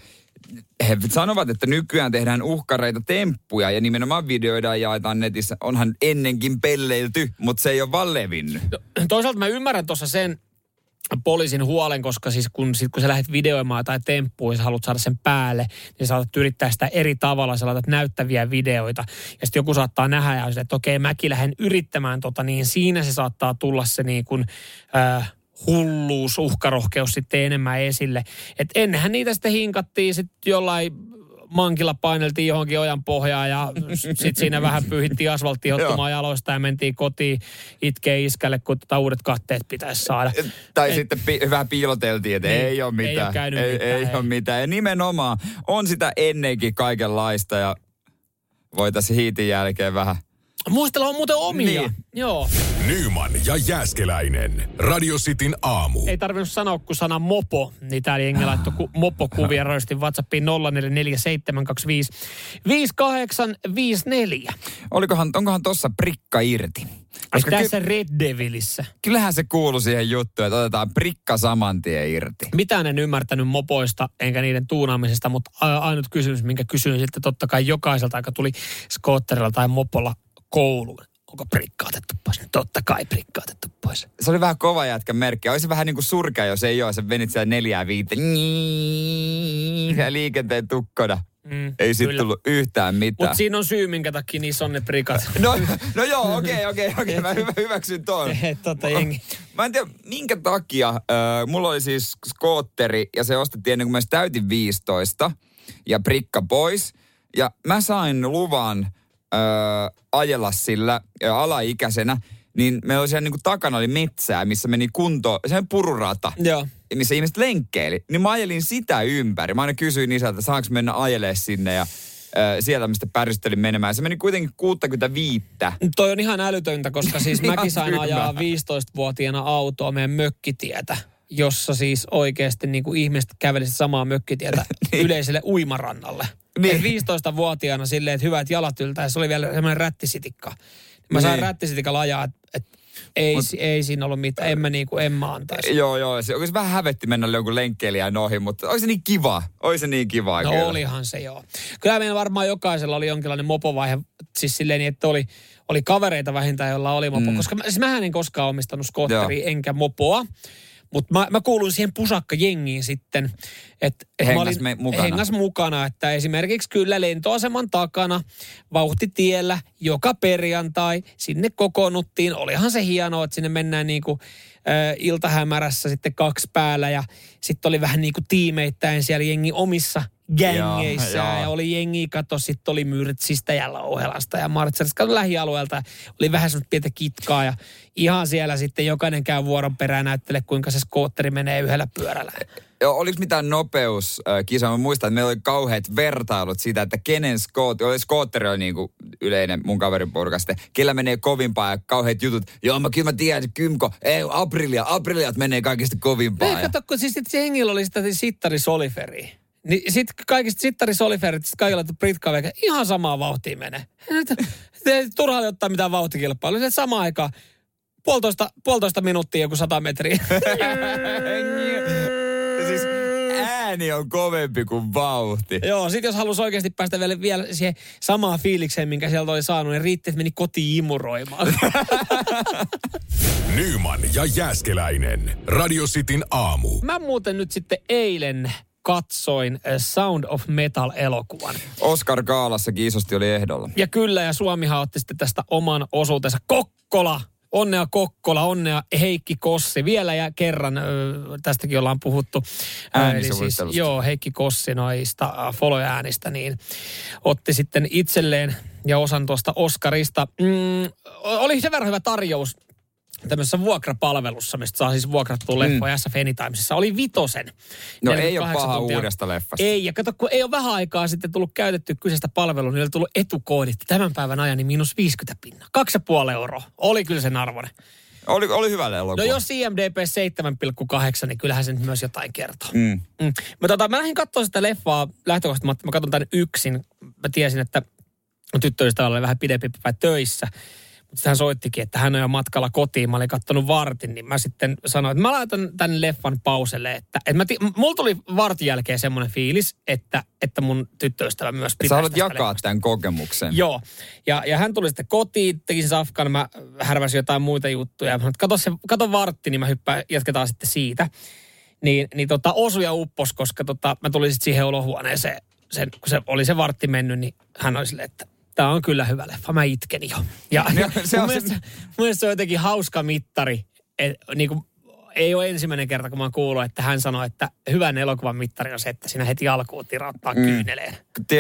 He sanovat, että nykyään tehdään uhkareita temppuja ja nimenomaan videoidaan ja jaetaan netissä. Onhan ennenkin pelleilty, mutta se ei ole vaan levinnyt. Toisaalta mä ymmärrän tuossa sen poliisin huolen, koska siis kun sä lähdet videoimaan tai temppuun ja sä haluat saada sen päälle, niin saatat yrittää sitä eri tavalla, sä laitat näyttäviä videoita. Ja sitten joku saattaa nähdä ja että okei, mäkin lähden yrittämään niin siinä se saattaa tulla se niin kuin hulluus, uhkarohkeus sitten enemmän esille. Että ennenhän niitä sitten hinkattiin sitten jollain mankilla paineltiin johonkin ojan pohjaan ja sitten siinä vähän pyyhittiin asfalttia ottamaan jaloista ja mentiin kotiin itkee iskälle, kun uudet katteet pitäisi saada. Tai sitten vähän piiloteltiin, että ei ole mitään. Ei ole käynyt mitään. Ei ole mitään. Ja nimenomaan on sitä ennenkin kaikenlaista ja voitaisiin hiitin jälkeen vähän. Muistella on muuten omia. Niin. Joo. Nyman ja Jääskeläinen. Radio Cityn aamu. Ei tarvinnut sanoa, kun sana mopo, niin täällä jengi laittoi mopo-kuvia roistin WhatsAppiin 0447255854. Onkohan tossa prikka irti? Koska tässä Red Devilissä. Kyllähän se kuului siihen juttuun, että otetaan prikka saman tien irti. Mitään en ymmärtänyt mopoista enkä niiden tuunaamisesta, mutta ainut kysymys, minkä kysyin sitten totta kai jokaiselta, joka tuli skootterilla tai mopolla kouluun. Onko prikka otettu pois? Totta kai prikka otettu pois. Se oli vähän kova jätkän merkki. Olisi vähän niin kuin surkea, jos ei ole. Se venit siellä 4-5. Ja liikenteen tukkona. Ei siitä tullut yhtään mitään. Mutta siinä on syy, minkä takia niissä on ne prikat. No joo, okei. Mä hyväksyn ton. Jengi. Mä en tiedä, minkä takia. Mulla oli siis skootteri ja se ostettiin ennen kuin mä täytin 15 ja prikka pois. Ja mä sain luvan ajella sillä alaikäisenä, niin meillä oli siellä niin kuin takana oli metsää, missä meni kuntoon, se on pururata, joo, missä ihmiset lenkkeili. Niin mä ajelin sitä ympäri. Mä aina kysyin isältä, saanko mennä ajelemaan sinne ja sieltä mistä pärjystelin menemään. Se meni kuitenkin 65. Toi on ihan älytöntä, koska siis mäkin sain ajaa 15-vuotiaana autoa meidän mökkitietä, jossa siis oikeasti niin kuin ihmiset kävelisivät samaa mökkitietä yleiselle uimarannalle. Niin. 15-vuotiaana silleen, että hyvät jalat yltää. Se oli vielä semmoinen rättisitikka. Mä sain rättisitikalla ajaa, että ei siinä ollut mitään. En mä antaisi. Joo. Se olisi vähän hävetti mennä jonkun lenkkeilijän ohi, mutta olisi se niin kiva. No kyllä. Olihan se joo. Kyllä meillä varmaan jokaisella oli jonkinlainen mopovaihe. Siis silleen, että oli kavereita vähintään, jolla oli mopo. Koska mähän en koskaan omistanut skootteria enkä mopoa. Mutta mä kuulun siihen pusakkajengiin sitten, että mä olin hengas mukana, että esimerkiksi kyllä lentoaseman takana vauhtitiellä joka perjantai sinne kokoonnuttiin. Olihan se hienoa, että sinne mennään niinku iltahämärässä sitten 2 päällä ja sitten oli vähän niinku tiimeittäin siellä jengi omissa gängeissä ja oli jengi, sitten oli Myrtsistä ja Louhelasta ja Martselista lähialueelta. Oli vähän semmoista pientä kitkaa ja ihan siellä sitten jokainen käy vuoron perään näyttele, kuinka se skootteri menee yhdellä pyörällä. Oliko mitään nopeuskisa? Mä muistan, että meillä oli kauheat vertailut siitä, että kenen skootteri oli niin kuin yleinen mun kaverin porukasta. Kellä menee kovimpaa ja kauheat jutut. Joo, kyllä mä tiedän, että Kymko, Apriliat menee kaikista kovimpaa. No kato, kun siis se hengillä oli sitä sittarisoliferiä. Niin sit kaikista sittarisoliferit, sit kaikilla pritkaa veikä, ihan samaa vauhtia menee. Turhaa ottaa mitään vauhtikilpailua. Se samaan aikaan puolitoista minuuttia joku 100 metriä. Siis ääni on kovempi kuin vauhti. Joo, sit jos halusi oikeasti päästä vielä siihen samaan fiilikseen, minkä sieltä oli saanut, niin riitti, että meni kotiin imuroimaan. Nyman ja Jääskeläinen. Radio Cityn aamu. Mä muuten nyt sitten eilen katsoin Sound of Metal-elokuvan. Oscar Gaalassakin isosti oli ehdolla. Ja kyllä, ja Suomihan otti sitten tästä oman osuutensa. Kokkola! Onnea Kokkola, onnea Heikki Kossi. Vielä ja kerran, tästäkin ollaan puhuttu. Siis, Heikki Kossi noista follow-äänistä, niin otti sitten itselleen ja osan tuosta Oscarista. Oli sen verran hyvä tarjous tämmöisessä vuokrapalvelussa, mistä saa siis vuokrattua leffoja SF Anytimesissa. Oli 5. No ei ole paha uudesta leffasta. Ei, ja kato, kun ei ole vähän aikaa sitten tullut käytetty kyseistä palvelua, niin oli tullut etukoodit. Tämän päivän ajan niin -50 pinna. 2,5 euroa. Oli kyllä sen arvoinen. Oli hyvä elokuva. No jos IMDb 7,8, niin kyllähän se nyt myös jotain kertoo. Mä lähdin katsomaan sitä leffaa lähtökohtaisesti. Mä katson tämän yksin. Mä tiesin, että tyttöystävällä oli vähän pidempi päivä töissä. Sitten hän soittikin, että hän on jo matkalla kotiin. Mä olin kattonut vartin, niin mä sitten sanoin, että mä laitan tämän leffan pauselle. Mulla tuli vartin jälkeen semmoinen fiilis, että mun tyttöystävä myös pitää. Sä haluat jakaa tämän kokemuksen. Joo. Ja hän tuli sitten kotiin, teki sen safkan, mä härväsin jotain muita juttuja. Mä sanoin, kato vartti, niin mä jatketaan sitten siitä. Niin osui ja uppos, koska mä tulin sitten siihen olohuoneeseen. Kun se oli se vartti mennyt, niin hän oli silleen, että tämä on kyllä hyvä leffa, mä itken jo. Ja mun mielestä se on jotenkin hauska mittari, niin kuin ei ole ensimmäinen kerta, kun mä oon kuullut, että hän sanoi, että hyvän elokuvan mittari on se, että siinä heti alkuun tirauttaa kyyneleen.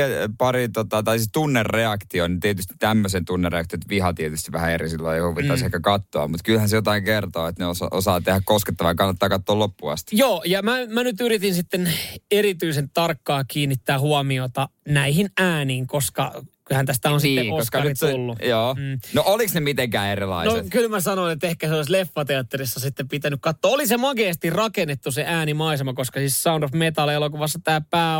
Tai siis tunnereaktio, niin tietysti tämmöisen tunnereaktion, että viha tietysti vähän eri silloin, johon pitäisi ehkä katsoa, mutta kyllähän se jotain kertoo, että ne osaa tehdä koskettavaa ja kannattaa katsoa loppuun asti. Joo, ja mä nyt yritin sitten erityisen tarkkaa kiinnittää huomiota näihin ääniin, koska kyllähän tästä on sitten Oscari tullut. Joo. No oliks ne mitenkään erilaiset? No kyllä mä sanoin, että ehkä se olisi leffateatterissa sitten pitänyt katsoa. Oli se makeasti rakennettu se äänimaisema, koska siis Sound of Metal-elokuvassa tämä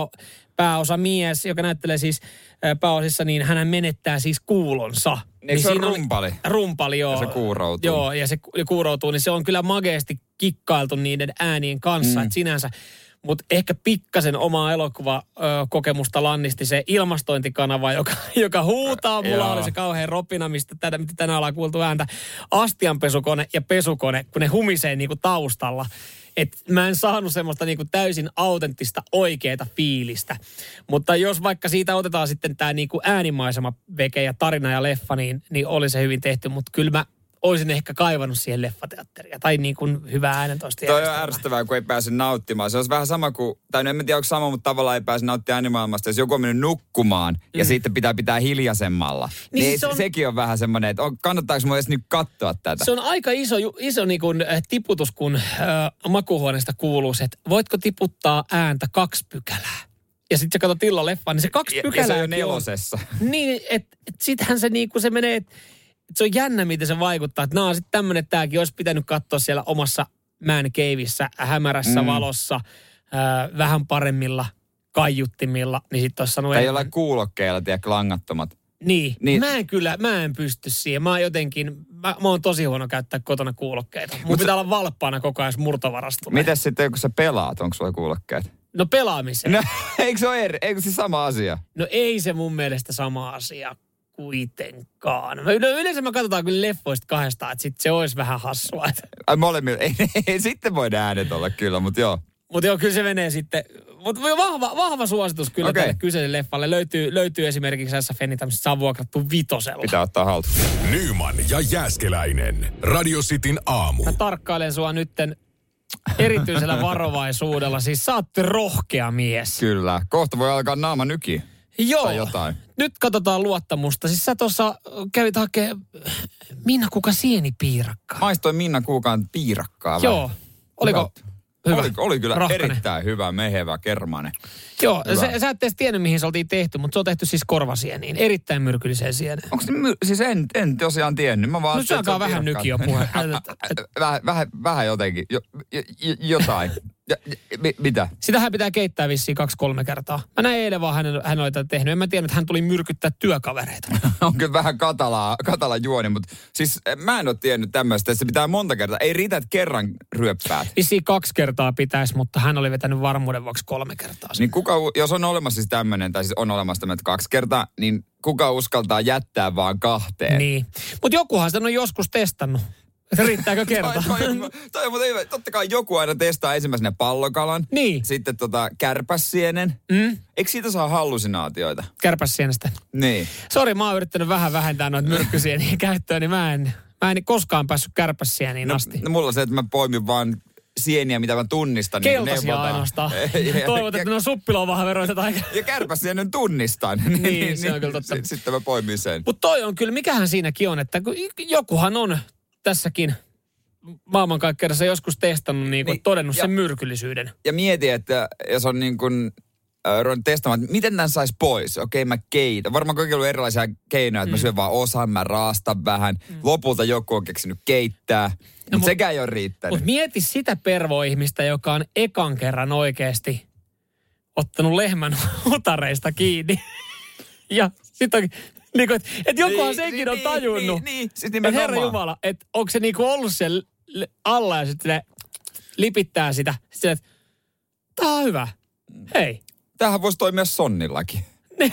pääosa mies, joka näyttelee siis pääosissa, niin hän menettää siis kuulonsa. Eikö se on rumpali? Rumpali, joo. Ja se kuuroutuu. Joo, ja se kuuroutuu, niin se on kyllä makeasti kikkailtu niiden äänien kanssa, että sinänsä. Mutta ehkä pikkasen omaa elokuvakokemusta lannisti se ilmastointikanava, joka huutaa. Mulla oli se kauhean ropina, mitä tänään ollaan kuultu ääntä. Astianpesukone ja pesukone, kun ne humisee niinku taustalla. Et mä en saanut semmoista niinku täysin autenttista oikeaa fiilistä. Mutta jos vaikka siitä otetaan sitten tämä niinku äänimaisema veke ja tarina ja leffa, niin oli se hyvin tehty. Mutta kyllä mä olisin ehkä kaivannut siihen leffateatteria. Tai niin kuin hyvää äänentoista järjestelmää. Toi on ärsyttävää, kun ei pääse nauttimaan. Se olisi vähän sama kuin, tai no en tiedä onko sama, mutta tavallaan ei pääse nauttimaan äänimaailmasta. Jos joku on mennyt nukkumaan ja sitten pitää hiljaisemmalla. Niin sekin on vähän semmoinen, että kannattaako mun edes nyt katsoa tätä? Se on aika iso niin kuin tiputus, kun makuuhuoneesta kuuluu se, että voitko tiputtaa ääntä 2 pykälää. Ja sitten sä katsot illaleffaa, niin se 2 pykälää. Ja se on 4. Niin, että sittenhän se niin kuin se menee, se on jännä, miten se vaikuttaa. Että sitten tämmöinen tämäkin olisi pitänyt katsoa siellä omassa man caveissa, hämärässä valossa, vähän paremmilla kaiuttimilla. Niin sitten olisi sanonut... Tai jollain kuulokkeilla, tiedätkö, langattomat. Niin. Mä en pysty siihen. Mä oon tosi huono käyttää kotona kuulokkeita. Mun pitää olla valppaana koko ajan, jos murtovarastuu. Mites sitten, kun sä pelaat, onko sulla kuulokkeet? No pelaamiseen. No, eikö se ole eikö se sama asia? No ei se mun mielestä sama asia kuitenkaan. No yleensä me katsotaan kyllä leffoista 2, että sit se olisi vähän hassua. Molemmilla. Ei sitten voi äänet olla kyllä, mutta joo. Mutta joo, kyllä se menee sitten. Mutta vahva suositus kyllä tälle kyseiselle leffalle. Löytyy esimerkiksi SFN tämmöistä saa vuokrattu 5. Pitää ottaa haltuun. Nyman ja Jääskeläinen. Radio Cityn aamu. Mä tarkkailen sua nytten erityisellä varovaisuudella. Siis sä oot rohkea mies. Kyllä. Kohta voi alkaa naama nyki. Joo. Tai jotain. Nyt katsotaan luottamusta. Siis sä tuossa kävit hakemaan Minna Kuka sienipiirakkaa. Maistoin Minna Kukan piirakkaa. Joo. Oliko hyvä? Oli kyllä Rohkainen. Erittäin hyvä, mehevä, kermanen. Joo, sä et edes tiennyt, mihin se oltiin tehty, mutta se on tehty siis korvasieniin. Erittäin myrkylliseen sieneen. Onko se siis en tosiaan tiennyt. Mä vaan no se alkaa vähän nykiä puhe. Vähän jotenkin. Jotain. Mitä? Sitähän pitää keittää vissiin 2-3 kertaa. Mä näin eilen vaan hän oli tätä tehnyt. En mä tiedä, että hän tuli myrkyttää työkavereita. On kyllä vähän katala juoni, mutta siis mä en ole tiennyt tämmöistä, että se pitää monta kertaa. Ei riitä, että kerran ryöppäät. Vissiin 2 kertaa pitäisi, mutta hän oli vetänyt varmuuden vuoksi 3 kertaa. Niin jos on olemassa siis tämmöinen, tai siis on olemassa tämmöinen 2 kertaa, niin kuka uskaltaa jättää vaan 2? Niin. Mutta jokuhan sitä on joskus testannut. Riittääkö kerta? toi on muuten hyvä. Totta kai joku aina testaa ensimmäisenä pallokalan. Niin. Sitten kärpäsienen. Eikö siitä saa hallusinaatioita? Kärpäsienestä. Niin. Sori, mä oon yrittänyt vähän vähentää noita myrkkysieniä käyttöön, niin mä en koskaan päässyt kärpäsieniin asti. No mulla se, että mä poimin vaan sieniä, mitä mä tunnistan. Keltaisia ainoastaan. Toivot, että ne on suppilovahaveroiset aika. Ja kärpäsienen tunnistan. niin, se on kyllä totta. Sitten mä poimin sen. Mutta toi on kyllä, mikähän siinäkin on, että jokuhan on tässäkin maailmankaikkeudessa joskus testannut todennut sen myrkyllisyyden. Ja mieti, että jos on niin kuin testaamaan, että miten tämän saisi pois? Okei, mä keitän. Varmaan kokeillut erilaisia keinoja, että mä syön vaan osan, mä raastan vähän. Lopulta joku on keksinyt keittää. Mutta sekään ei ole riittänyt. Mutta mieti sitä pervoihmistä, joka on ekan kerran oikeasti ottanut lehmän utareista kiinni. Ja sitten on... Niin kuin, että jokuhan sekin on tajunnut. Niin. Siis että Herra Jumala, että onko se niinku ollut siellä alla ja sitten lipittää sitä. Sitten että tää on hyvä. Hei. Tämähän voisi toimia sonnillakin.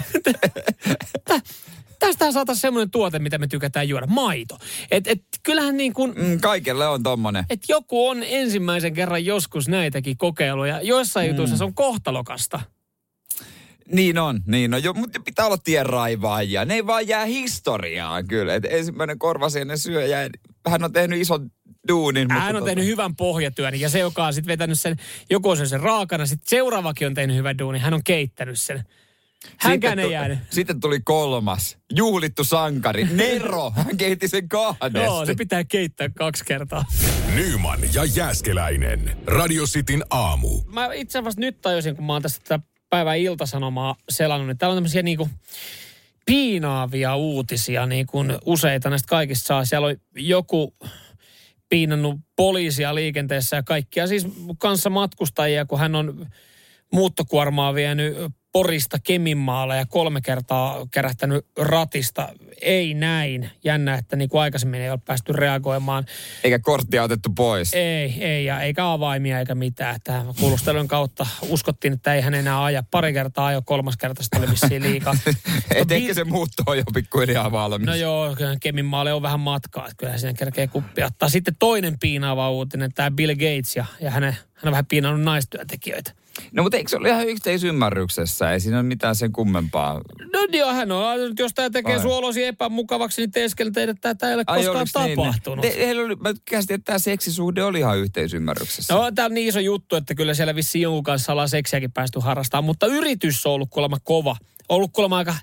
Tästähän saataisiin semmoinen tuote, mitä me tykätään juoda. Maito. Kyllähän niin kuin... kaikelle on tommonen. Että joku on ensimmäisen kerran joskus näitäkin kokeiluja. Joissain jutuissa se on kohtalokasta. Niin on. Mutta pitää olla tienraivaajia. Ne ei vaan jää historiaan kyllä. Et ensimmäinen korvasienen syöjä, hän on tehnyt ison duunin. Hän on tehnyt hyvän pohjatyön ja se, joka on sitten vetänyt sen, joku on sen raakana, sitten seuraavakin on tehnyt hyvän duunin, hän on keittänyt sen. Hänkään ei jäänyt. Sitten tuli kolmas, juhlittu sankari, Nero, hän keitti sen kahdesti. Joo, se pitää keittää 2 kertaa. Nyman ja Jääskeläinen. Radio Cityn aamu. Mä itse asiassa nyt tajusin, kun mä oon tästä tätä päivän Ilta-Sanomaa selannut, niin täällä on tämmöisiä niinku piinaavia uutisia, niin kuin useita näistä kaikista saa. Siellä on joku piinannut poliisia liikenteessä ja kaikkia siis kanssa matkustajia, kun hän on muuttokuormaa vienyt Porista Keminmaalle ja 3 kertaa kärähtänyt ratista. Ei näin. Jännä, että niin kuin aikaisemmin ei ole päästy reagoimaan. Eikä korttia otettu pois. Ei, ja eikä avaimia eikä mitään. Tähän kuulustelun kautta uskottiin, että ei hän enää aja. 2 kertaa ajo, 3. kertaa sitä oli vissiin liikaa. Ehkä se muutto on jo pikkuhiljaa valmis. No joo, Keminmaalle on vähän matkaa, että kyllä siinä kerkee kuppia ottaa. Sitten toinen piinaava uutinen, tämä Bill Gates ja hän on vähän piinannut naistyöntekijöitä. No mutta eikö se ole ihan yhteisymmärryksessä? Ei siinä ole mitään sen kummempaa. No joo, hän on, jos tämä tekee suolosi epämukavaksi, niin teeskelen teille, että tämä ei ole koskaan tapahtunut. Mä käsitin, että tämä seksisuhde oli ihan yhteisymmärryksessä. No tämä on niin iso juttu, että kyllä siellä vissiin jonkun kanssa ollaan seksiäkin päästy harrastamaan, mutta yritys on ollut kuulemma kova. On ollut kuulemma aika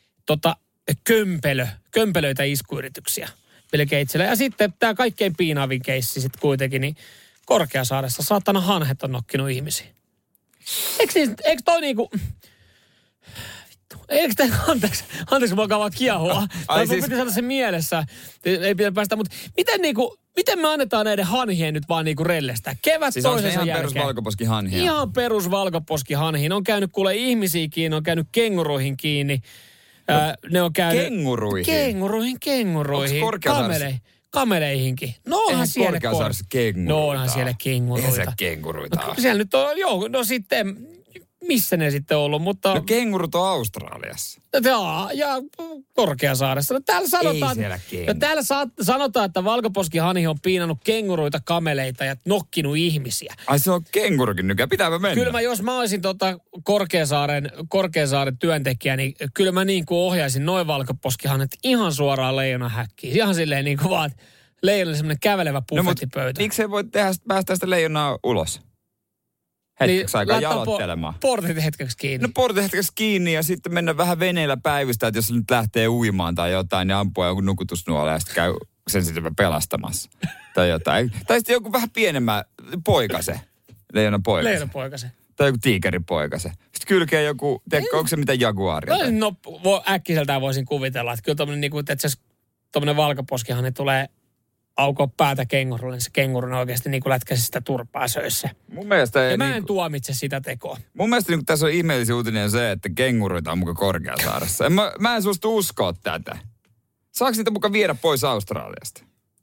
kömpelöitä iskuyrityksiä Bill Gatesille. Ja sitten tämä kaikkein piinaavin keissi sitten kuitenkin, niin Korkeasaaressa saatana hanhet on nokkinut ihmisiä. Eikö toi niinku... Eikö tämä... Anteeksi, mua vaan kiehua. Mä piti saada sen mielessä. Ei pitää päästä, mutta miten me annetaan näiden hanhien nyt vaan niinku rellestää? Kevät siis toisensa jälkeen. Siis on ihan perusvalkoposkihanhia. Ihan perusvalkoposkihanhiin. On käynyt kuule ihmisiä kiinni, on käynyt kenguruihin kiinni. Ne on käynyt... Kenguruihin? Kenguruihin. Onko Korkeasaaressa? Kameleihinkin. No onhan siellä Korkeasaaressa kenguruita. No onhan siellä kenguruita. Eihän siellä kenguruita. No, siellä nyt on, joo, no sitten, missä ne sitten on ollut, mutta... No kengurut on Australiassa. Ja Korkeasaaressa. No täällä sanotaan... Ei siellä täällä sanotaan, että valkoposkihanhi on piinannut kenguruita, kameleita ja nokkinut ihmisiä. Ai se on kengurukin nykyään, pitääpä mennä. Kyllä jos mä olisin Korkeasaaren työntekijä, niin kyllä mä niin kuin ohjaisin noin valkoposkihanhet ihan suoraan leijonahäkkiin. Ihan silleen niin kuin vaan, leijonalle semmoinen kävelevä buffettipöytä. No miksi ei voi päästä sitä leijonaa ulos? Hetkeksi aikaa jaloittelemaan. Portit hetkeksi kiinni. No portit hetkeksi kiinni ja sitten mennä vähän veneellä päivystä, että jos nyt lähtee uimaan tai jotain, niin ampua joku nukutusnuola ja sitten käy sen sitten pelastamassa. Tai jotain. Tai sitten joku vähän pienemmä poikase. Leijonan poikase. Tai joku tiikeripoikase. Sitten kylkee joku, tiedätkö, onko se mitä jaguaria? No äkkiseltään voisin kuvitella, että kyllä tommonen niinku, että se tommonen valkoposkihan ne tulee aukoa päätä kengurulle, niin se kengurun oikeasti niin kuin lätkäsi sitä turpaa söissä. Mun mielestä ja mä en tuomitse sitä tekoa. Mun mielestä niin tässä on ihmeellisen uutinen se, että kenguruita on muka Korkeasaaressa. Mä en suostu uskoa tätä. Saako niitä muka viedä pois Australiasta?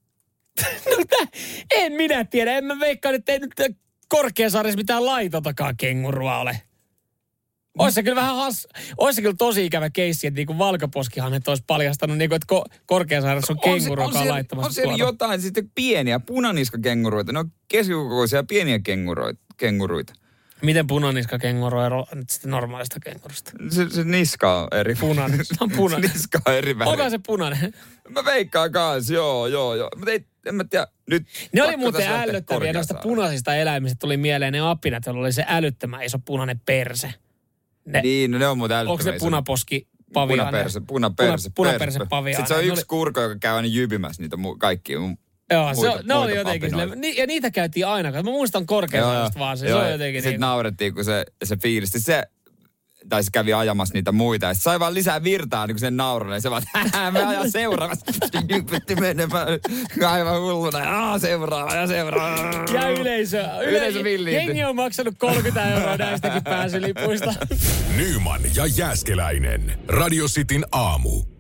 No en minä tiedä. En mä veikkaan, että ei nyt Korkeasaaressa mitään laitontakaan kengurua ole. Olisi se kyllä vähän olisi se kyllä tosi ikävä keissi, että niinku valkoposkihanhet olisi paljastanut, niinku, että Korkeasaaressa on kenguru, joka on laittomasti on siellä jotain sitten pieniä punaniskakenguruita. Ne on keskikokoisia pieniä kenguruita. Miten punaniskakenguru on sitten normaalista kengurusta? Se niska on eri. Punainen. Se on punainen. Niska on eri väri. Onko se punainen? Mä veikkaan kanssa, joo. Mutta en mä tiedä, nyt... Ne oli muuten älyttäviä noista punaisista eläimistä. Tuli mieleen ne apinat, joilla oli se älyttömän iso punainen perse. Ne on muuten älyttömän. Onko se punaposki paviaani? Punaperse paviaani. Sitten se on yksi kurko, joka käy aina jypimässä niitä kaikkia Joo, ne oli jotenkin silleen. Ja niitä käytiin aina. Mä muistan Korkeasaaresta vaan se. Se on jotenkin sitten naurettiin, kun se fiilisti. Se kävi ajamassa niitä muita. Ja sai vaan lisää virtaa niin kuin sen nauralle. Ja se vaan, me ajan seuraavassa. Jypytti menemään. Aivan hulluna. Seuraava. Ja yleisö villiinty. Jengi on maksanut 30 € näistäkin pääsylipuista. Nyman ja Jääskeläinen. Radio Cityn aamu.